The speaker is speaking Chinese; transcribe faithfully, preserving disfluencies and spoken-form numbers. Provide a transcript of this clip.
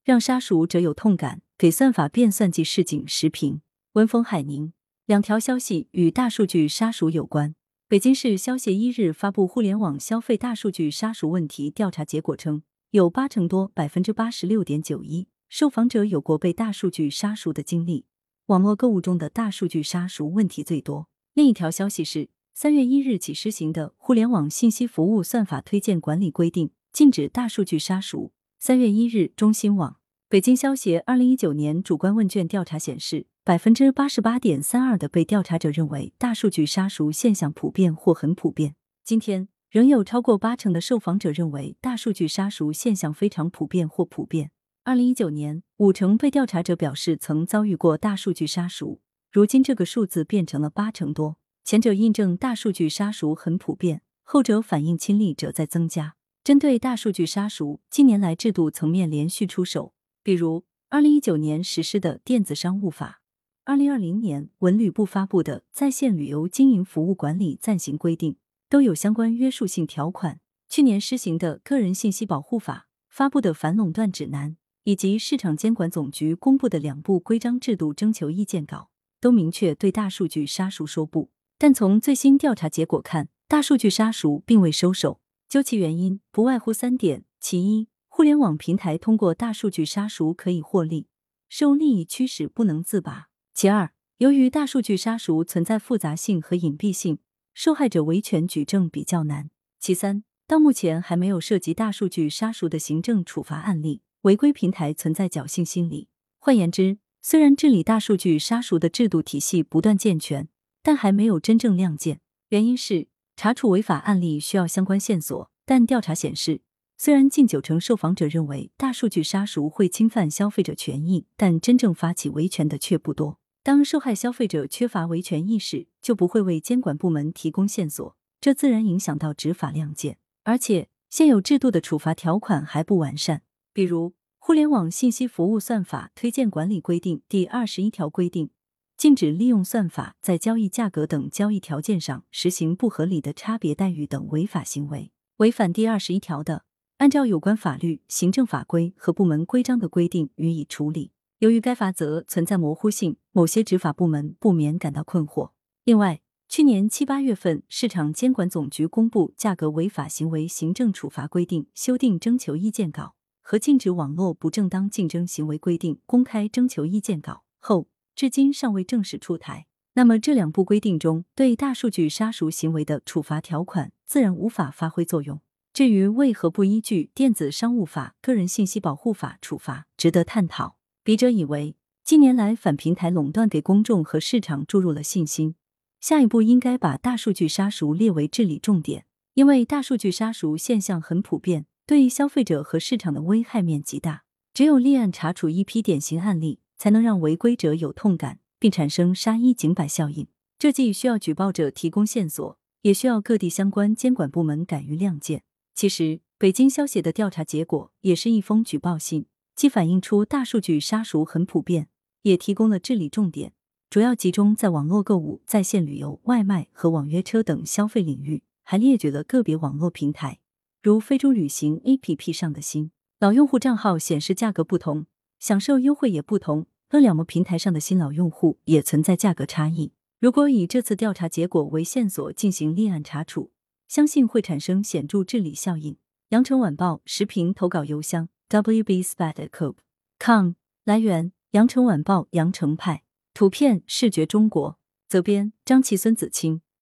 让杀熟者有痛感，给算法变算计市井时评。文风海宁。两条消息与大数据杀熟有关。北京市消协一日发布互联网消费大数据杀熟问题调查结果称，有八成多 百分之八十六点九一 受访者有过被大数据杀熟的经历，网络购物中的大数据杀熟问题最多。另一条消息是，三月一日起施行的《互联网信息服务算法推荐管理规定》禁止大数据杀熟。三月一日，中新网。北京消协二零一九年主观问卷调查显示， 百分之八十八点三二 的被调查者认为大数据杀熟现象普遍或很普遍。今天，仍有超过八成的受访者认为大数据杀熟现象非常普遍或普遍。二零一九年，五成被调查者表示曾遭遇过大数据杀熟，如今这个数字变成了八成多。前者印证大数据杀熟很普遍，后者反映亲历者在增加。针对大数据杀熟，近年来制度层面连续出手，比如二零一九年实施的电子商务法，二零二零年文旅部发布的在线旅游经营服务管理暂行规定都有相关约束性条款。去年施行的个人信息保护法发布的反垄断指南，以及市场监管总局公布的两部规章制度征求意见稿，都明确对大数据杀熟说不。但从最新调查结果看，大数据杀熟并未收手。究其原因，不外乎三点：其一，互联网平台通过大数据杀熟可以获利，受利益驱使不能自拔；其二，由于大数据杀熟存在复杂性和隐蔽性，受害者维权举证比较难；其三，到目前还没有涉及大数据杀熟的行政处罚案例，违规平台存在侥幸心理。换言之，虽然治理大数据杀熟的制度体系不断健全，但还没有真正亮剑。原因是查处违法案例需要相关线索，但调查显示，虽然近九成受访者认为大数据杀熟会侵犯消费者权益，但真正发起维权的却不多。当受害消费者缺乏维权意识，就不会为监管部门提供线索，这自然影响到执法亮剑。而且，现有制度的处罚条款还不完善，比如《互联网信息服务算法推荐管理规定》第二十一条规定，禁止利用算法在交易价格等交易条件上实行不合理的差别待遇等违法行为。违反第二十一条的，按照有关法律、行政法规和部门规章的规定予以处理。由于该法则存在模糊性，某些执法部门不免感到困惑。另外，去年七八月份，市场监管总局公布《价格违法行为行政处罚规定》修订征求意见稿和《禁止网络不正当竞争行为规定》公开征求意见稿后，至今尚未正式出台。那么这两部规定中对大数据杀熟行为的处罚条款自然无法发挥作用。至于为何不依据电子商务法、个人信息保护法处罚，值得探讨。笔者以为，近年来反平台垄断给公众和市场注入了信心，下一步应该把大数据杀熟列为治理重点，因为大数据杀熟现象很普遍，对消费者和市场的危害面极大。只有立案查处一批典型案例，才能让违规者有痛感，并产生杀一儆百效应。这既需要举报者提供线索，也需要各地相关监管部门敢于亮剑。其实，北京消协的调查结果也是一封举报信，既反映出大数据杀熟很普遍，也提供了治理重点，主要集中在网络购物、在线旅游、外卖和网约车等消费领域，还列举了个别网络平台，如飞猪旅行 A P P 上的新老用户账号显示价格不同，享受优惠也不同，饿了么平台上的新老用户也存在价格差异。如果以这次调查结果为线索进行立案查处，相信会产生显著治理效应。羊城晚报时评投稿邮箱 w b s p a t at coop 点 com 来源羊城晚报羊城派，图片视觉中国，责编张琪孙子清。